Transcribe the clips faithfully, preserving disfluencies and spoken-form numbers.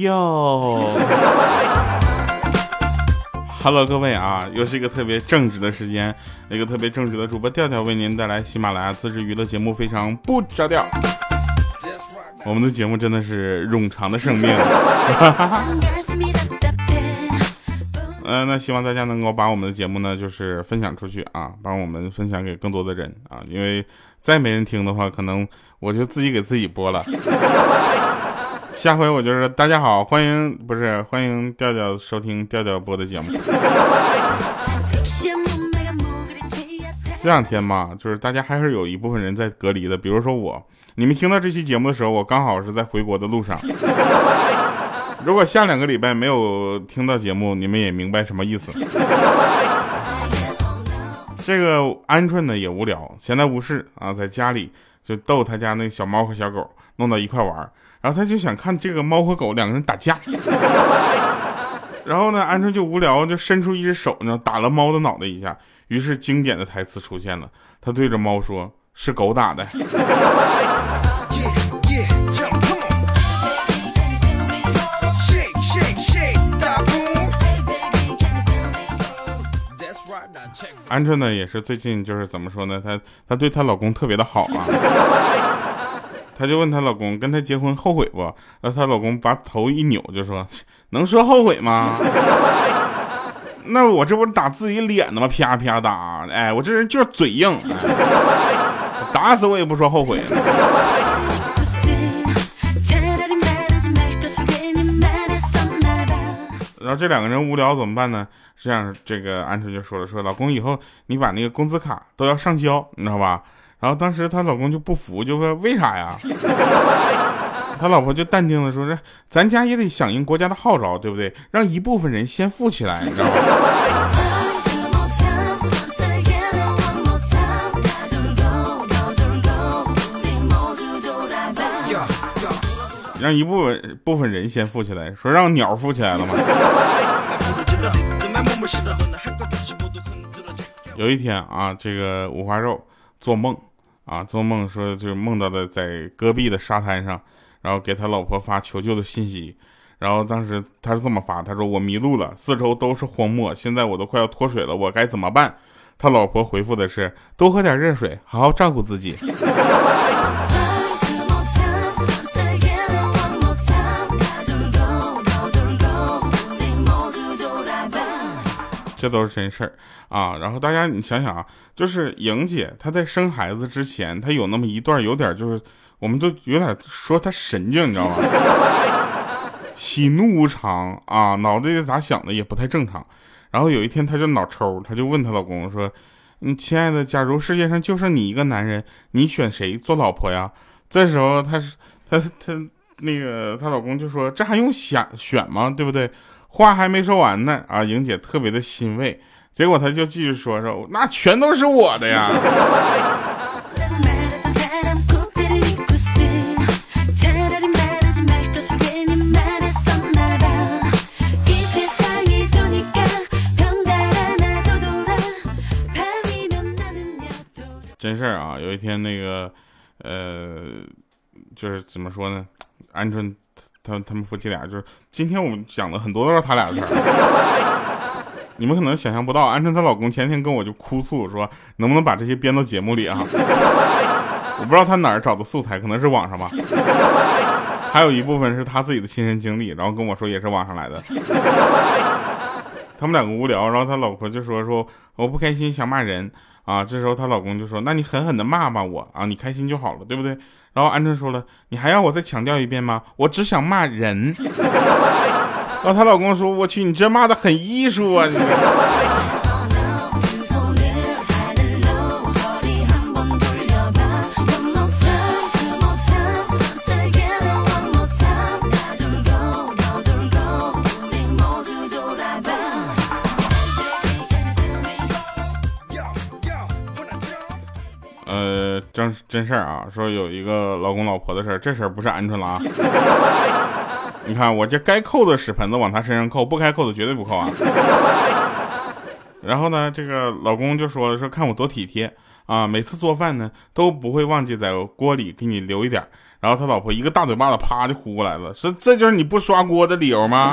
调。Hello， 各位啊，又是一个特别正直的时间，一个特别正直的主播调调为您带来喜马拉雅自制娱乐节目，非常不着调。我们的节目真的是冗长的生命。呃，那希望大家能够把我们的节目呢，就是分享出去啊，帮我们分享给更多的人啊，因为再没人听的话，可能我就自己给自己播了。下回我就说大家好，欢迎不是欢迎调调收听调调播的节目。这两天嘛，就是大家还是有一部分人在隔离的，比如说我，你们听到这期节目的时候，我刚好是在回国的路上。如果下两个礼拜没有听到节目，你们也明白什么意思。这个鹌鹑呢也无聊，闲来无事啊，在家里就逗他家那个小猫和小狗弄到一块玩，然后他就想看这个猫和狗两个人打架。然后呢，鹌鹑就无聊，就伸出一只手呢，打了猫的脑袋一下。于是经典的台词出现了，他对着猫说：“是狗打的。”鹌鹑呢也是最近就是怎么说呢，她她对她老公特别的好啊，她就问她老公跟她结婚后悔不？然后她老公把头一扭就说：“能说后悔吗？那我这不是打自己脸呢吗？啪啪打，哎，我这人就是嘴硬，哎、打死我也不说后悔。”然后这两个人无聊怎么办呢？这样，这个鹌鹑就说了，说老公以后你把那个工资卡都要上交，你知道吧？然后当时她老公就不服，就说为啥呀？他老婆就淡定的说，是咱家也得响应国家的号召，对不对？让一部分人先富起来，你知道吧？让一部分部分人先富起来，说让鸟富起来了吗？有一天啊，这个五花肉做梦啊，做梦说就是梦到了在戈壁的沙滩上，然后给他老婆发求救的信息。然后当时他是这么发，他说我迷路了，四周都是荒漠，现在我都快要脱水了，我该怎么办？他老婆回复的是多喝点热水，好好照顾自己。这都是真事儿啊！然后大家你想想啊，就是莹姐她在生孩子之前，她有那么一段有点就是，我们都有点说她神经，你知道吗？喜怒无常啊，脑袋咋想的也不太正常。然后有一天她就脑抽，她就问她老公说：“你亲爱的，假如世界上就剩你一个男人，你选谁做老婆呀？”这时候她是她她那个她老公就说：“这还用想选吗？对不对？”话还没说完呢，啊，莹姐特别的欣慰，结果她就继续说说，那全都是我的呀。真事儿啊，有一天那个，呃，就是怎么说呢，鹌鹑。他他们夫妻俩就是今天我们讲了很多都是他俩的事儿，你们可能想象不到，鹌鹑她老公前天跟我就哭诉说能不能把这些编到节目里啊？我不知道他哪儿找的素材，可能是网上吧。还有一部分是他自己的亲身经历，然后跟我说也是网上来的。他们两个无聊，然后他老婆就说说我不开心想骂人啊，这时候她老公就说那你狠狠的骂骂我啊，你开心就好了，对不对？然后鹌鹑说了，你还要我再强调一遍吗？我只想骂人。然后她老公说，我去，你这骂的很艺术啊你。呃，真真事儿啊，说有一个老公老婆的事儿，这事儿不是鹌鹑了啊。你看我这该扣的屎盆子往他身上扣，不该扣的绝对不扣啊。然后呢，这个老公就说了，说看我多体贴啊，每次做饭呢都不会忘记在锅里给你留一点， 然后他老婆一个大嘴巴子啪就呼过来了，说这就是你不刷锅的理由吗？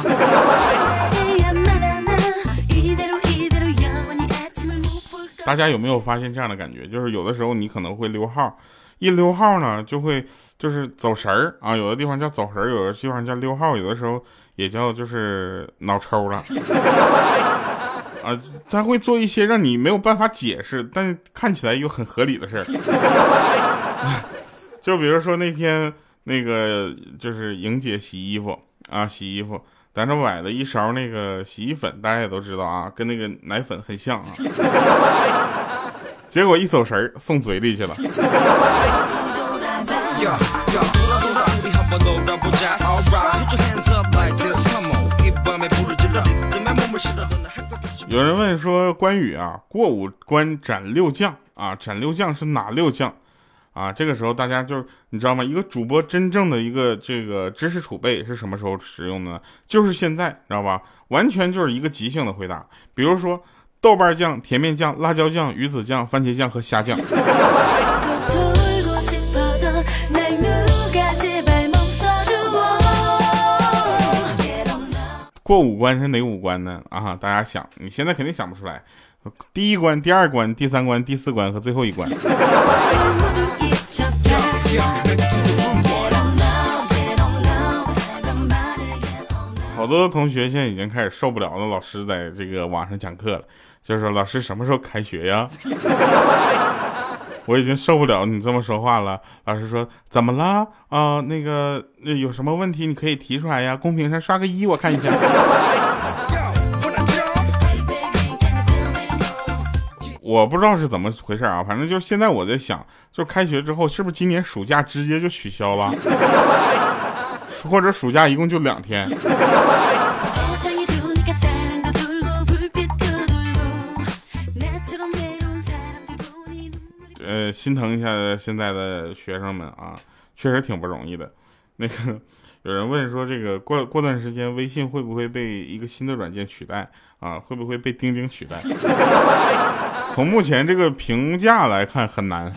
大家有没有发现这样的感觉？就是有的时候你可能会溜号，一溜号呢就会就是走神儿啊，有的地方叫走神儿，有的地方叫溜号，有的时候也叫就是脑抽了啊，他会做一些让你没有办法解释，但看起来又很合理的事儿。就比如说那天那个就是莹姐洗衣服啊，洗衣服。咱这买了一勺那个洗衣粉，大家也都知道啊，跟那个奶粉很像啊。结果一走神儿送嘴里去了。有人问说关羽啊，过五关斩六将啊，斩六将是哪六将？啊，这个时候大家就是你知道吗？一个主播真正的一个这个知识储备是什么时候使用的呢？就是现在，知道吧？完全就是一个即兴的回答。比如说豆瓣酱、甜面酱、辣椒酱、鱼子酱、番茄酱和虾酱。过五关是哪五关呢？啊，大家想，你现在肯定想不出来。第一关、第二关、第三关、第四关和最后一关。好多同学现在已经开始受不了了，老师在这个网上讲课了，就是说老师什么时候开学呀？我已经受不了你这么说话了。老师说怎么了啊、呃？那个有什么问题你可以提出来呀，公屏上刷个一我看一下。我不知道是怎么回事啊，反正就是现在我在想，就是开学之后是不是今年暑假直接就取消了，或者暑假一共就两天。呃，心疼一下现在的学生们啊，确实挺不容易的。那个有人问说，这个过过段时间微信会不会被一个新的软件取代啊？会不会被钉钉取代？从目前这个评价来看，很难。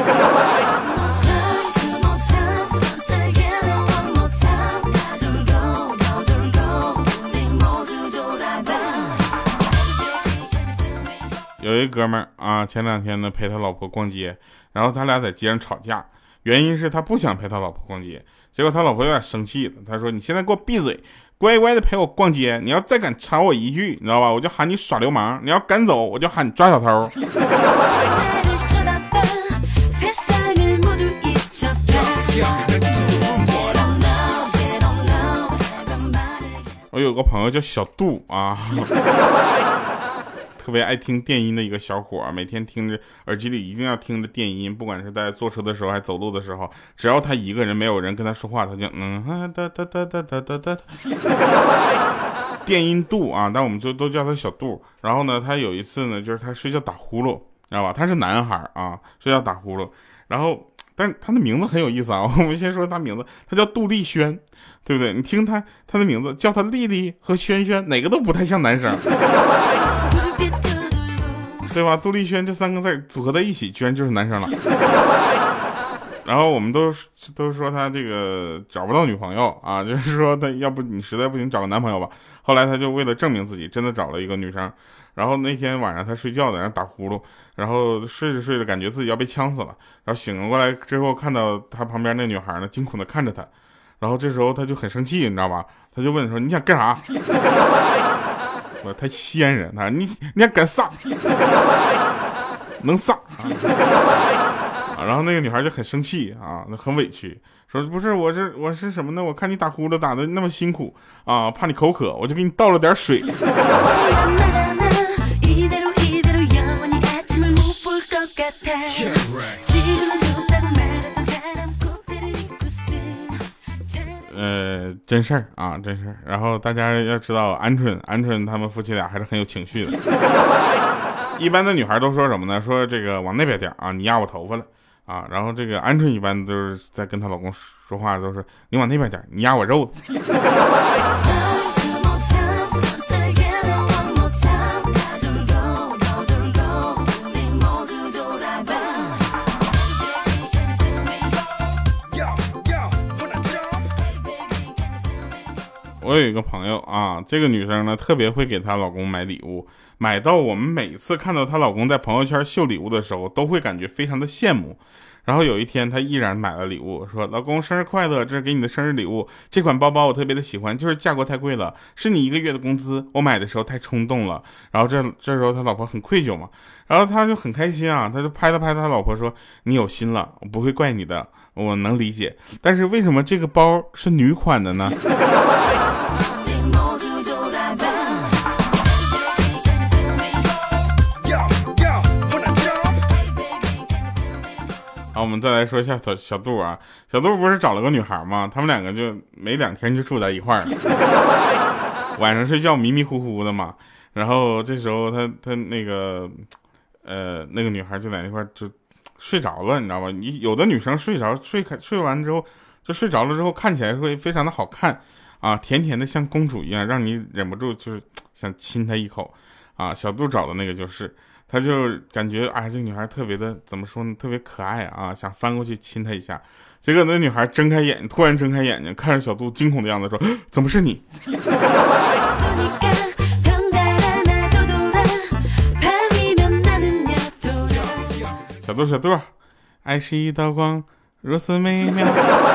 有一哥们儿啊，前两天呢陪他老婆逛街，然后他俩在街上吵架，原因是他不想陪他老婆逛街，结果他老婆有点生气了，他说：“你现在给我闭嘴，乖乖的陪我逛街，你要再敢吵我一句，你知道吧，我就喊你耍流氓；你要敢走，我就喊你抓小偷。”我有个朋友叫小杜啊。特别爱听电音的一个小伙，每天听着耳机里一定要听着电音，不管是在坐车的时候还走路的时候，只要他一个人没有人跟他说话，他就嗯哒哒哒哒哒哒哒。电音杜啊，但我们就都叫他小杜。然后呢，他有一次呢，就是他睡觉打呼噜，知道吧？他是男孩啊，睡觉打呼噜。然后，但是他的名字很有意思啊。我们先说他名字，他叫杜丽轩，对不对？你听他他的名字，叫他丽丽和轩轩，哪个都不太像男生。对吧？杜丽轩这三个字组合在一起，居然就是男生了。然后我们都都说他这个找不到女朋友啊，就是说他要不你实在不行找个男朋友吧。后来他就为了证明自己，真的找了一个女生。然后那天晚上他睡觉在那打呼噜，然后睡着睡着感觉自己要被呛死了，然后醒了过来之后看到他旁边那女孩呢，惊恐的看着他。然后这时候他就很生气，你知道吧？他就问说：“你想干啥？”我太仙人啊！你你还敢撒？能撒啊！然后那个女孩就很生气啊，很委屈，说不是我是我是什么呢？我看你打呼噜打的那么辛苦啊，怕你口渴，我就给你倒了点水。呃，真事儿啊，真事儿。然后大家要知道，鹌鹑、鹌鹑他们夫妻俩还是很有情绪的。一般的女孩都说什么呢？说这个往那边点啊，你压我头发了啊。然后这个鹌鹑一般都是在跟她老公说话，都是你往那边点，你压我肉了。 我有一个朋友啊，这个女生呢特别会给她老公买礼物，买到我们每次看到她老公在朋友圈秀礼物的时候，都会感觉非常的羡慕。然后有一天，她依然买了礼物，说：“老公生日快乐，这是给你的生日礼物。这款包包我特别的喜欢，就是价格太贵了，是你一个月的工资。我买的时候太冲动了。”然后这这时候他老婆很愧疚嘛，然后他就很开心啊，他就拍了拍他老婆说：“你有心了，我不会怪你的，我能理解。但是为什么这个包是女款的呢？”好，我们再来说一下小小杜啊，小杜不是找了个女孩吗？他们两个就没两天就住在一块儿了，晚上睡觉迷迷糊糊的嘛。然后这时候他他那个呃那个女孩就在那块就睡着了，你知道吧？你有的女生睡着睡开睡完之后就睡着了之后看起来会非常的好看啊，甜甜的像公主一样，让你忍不住就是想亲她一口啊。小杜找的那个就是。他就感觉哎，这个女孩特别的怎么说呢，特别可爱啊，想翻过去亲她一下。结果那女孩睁开眼，突然睁开眼睛，看着小杜惊恐的样子说：“怎么是你？”小杜小杜，爱是一道光，如此美妙。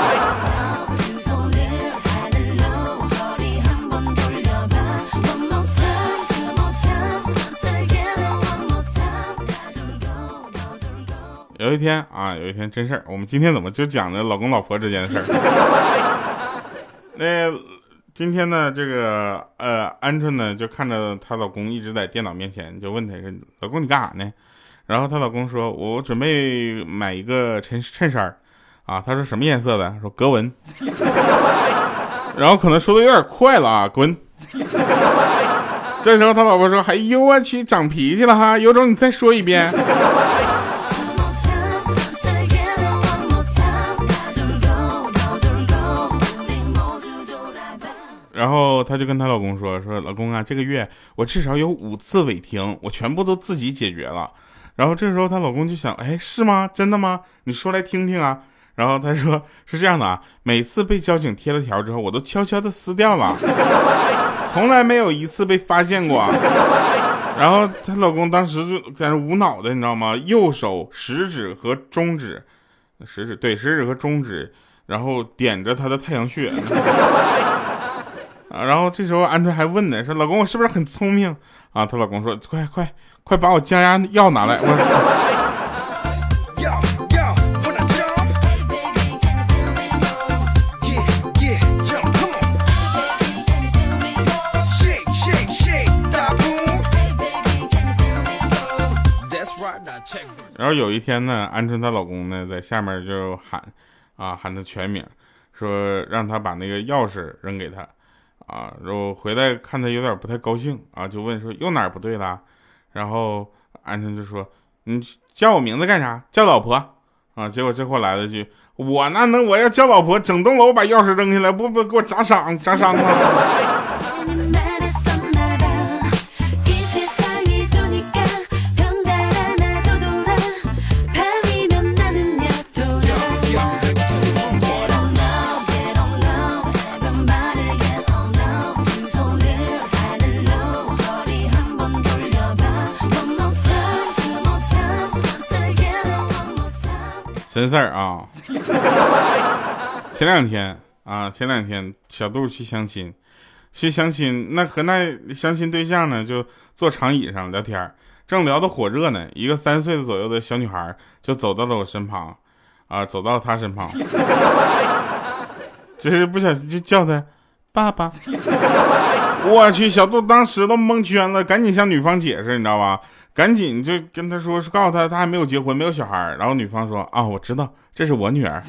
有一天啊，有一天真事儿，我们今天怎么就讲的老公老婆之间的事儿？那今天呢，这个呃，鹌鹑呢就看着她老公一直在电脑面前，就问他说：“老公你干啥呢？”然后她老公说：“我准备买一个衬衬衫啊。”他说：“什么颜色的？”说：“格纹。”然后可能说的有点快了啊，滚！这时候他老婆说：“哎呦我去，长脾气了哈，有种你再说一遍。”然后她就跟她老公说说老公啊，这个月我至少有五次违停，我全部都自己解决了。然后这时候她老公就想，哎，是吗？真的吗？你说来听听啊。然后她说是这样的啊，每次被交警贴了条之后，我都悄悄的撕掉了，从来没有一次被发现过。然后她老公当时就在那无脑的，你知道吗？右手食指和中指，食指对食指和中指，然后点着她的太阳穴。啊，然后这时候鹌鹑还问呢，说老公我是不是很聪明啊？她老公说快快快把我降压药拿来。我然后有一天呢，鹌鹑她老公呢在下面就喊啊喊她全名，说让她把那个钥匙扔给他啊，然后回来看他有点不太高兴啊，就问说又哪儿不对了？然后鹌鹑就说你叫我名字干啥？叫老婆啊！结果这货来了句我那能我要叫老婆，整栋楼把钥匙扔下来，不不给我砸伤砸伤了。真事儿啊！前两天啊，前两天小杜去相亲，去相亲，那和那相亲对象呢，就坐长椅上聊天，正聊得火热呢，一个三岁的左右的小女孩就走到了我身旁，啊，走到了他身旁，就是不小心就叫他爸爸。我去，小杜当时都蒙圈了，赶紧向女方解释，你知道吧？赶紧就跟他说，告诉他他还没有结婚，没有小孩。然后女方说啊，我知道，这是我女儿。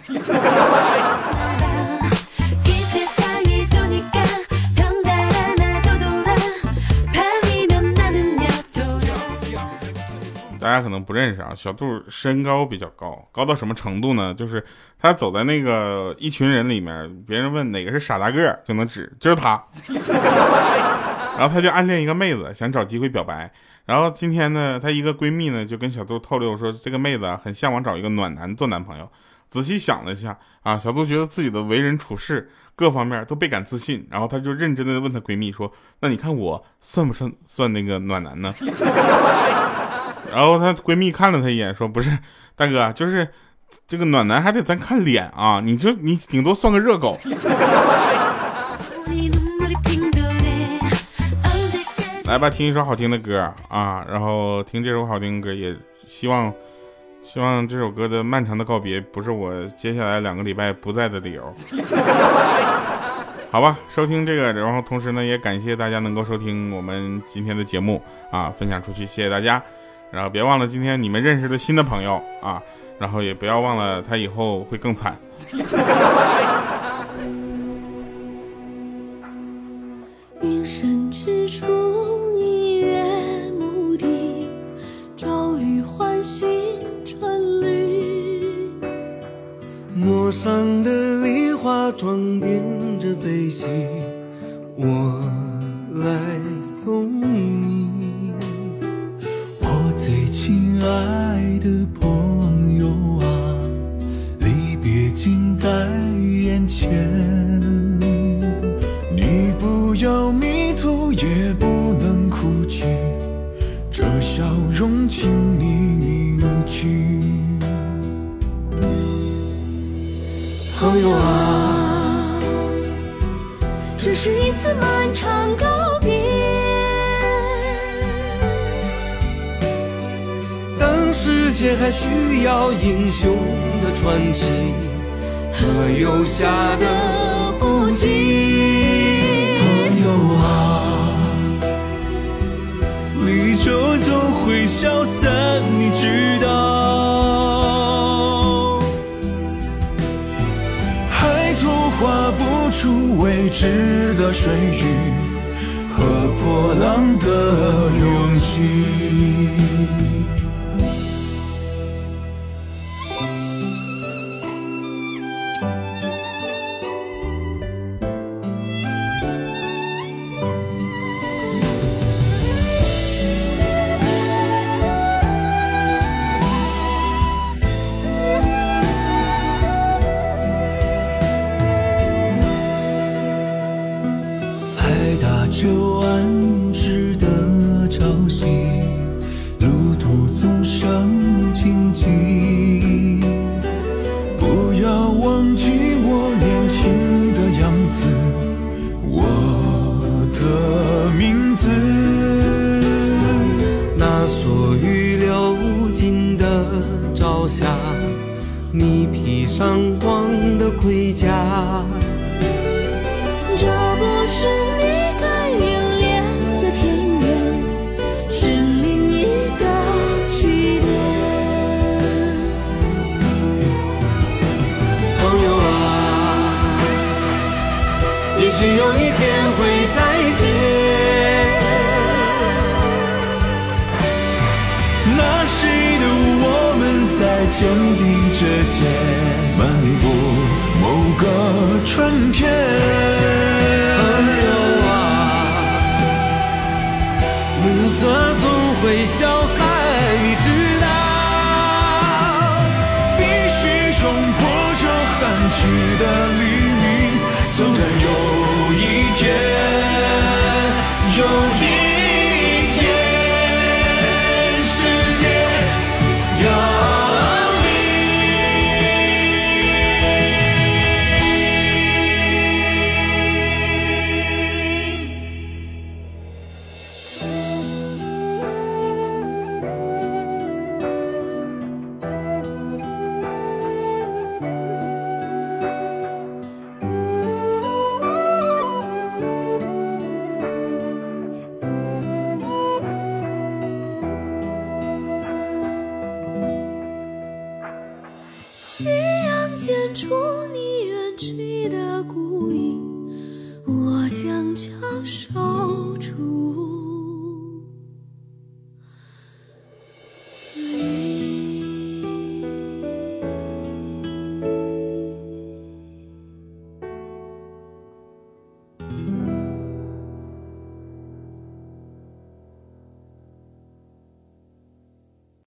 大家可能不认识啊，小杜身高比较高，高到什么程度呢？就是他走在那个一群人里面，别人问哪个是傻大个，就能指就是他。然后他就暗恋一个妹子，想找机会表白。然后今天呢，她一个闺蜜呢就跟小杜透露说，这个妹子很向往找一个暖男做男朋友。仔细想了一下啊，小杜觉得自己的为人处事各方面都倍感自信。然后她就认真的问她闺蜜说：“那你看我算不算算那个暖男呢？”然后她闺蜜看了她一眼说：“不是，大哥，就是这个暖男还得咱看脸啊，你就你顶多算个热狗。”来吧，听一首好听的歌啊，然后听这首好听的歌，也希望希望这首歌的漫长的告别不是我接下来两个礼拜不在的理由。好吧，收听这个，然后同时呢也感谢大家能够收听我们今天的节目啊，分享出去，谢谢大家。然后别忘了今天你们认识的新的朋友啊，然后也不要忘了他以后会更惨。 云深之处一月牧笛，骤雨唤醒春绿。 陌上的梨花装点着悲喜，我来送你。我最亲爱的朋友啊，离别近在眼前，你不要迷途也不能哭泣，这笑容请你铭记。朋友啊， 这是一次漫长告别。 当世界还需要英雄的传奇和游侠的不羁，朋友啊，离愁总会消散，你知道。海图画不出未知的水域和波浪的勇气。旧岸时的潮汐，路途总上荆棘。不要忘记我年轻的样子，我的名字。那所雨流尽的朝霞，你披上光的盔甲。 这不是你也许有一天会再见，那时的我们在肩并着肩漫步某个春天。朋友啊，暮色总会消散，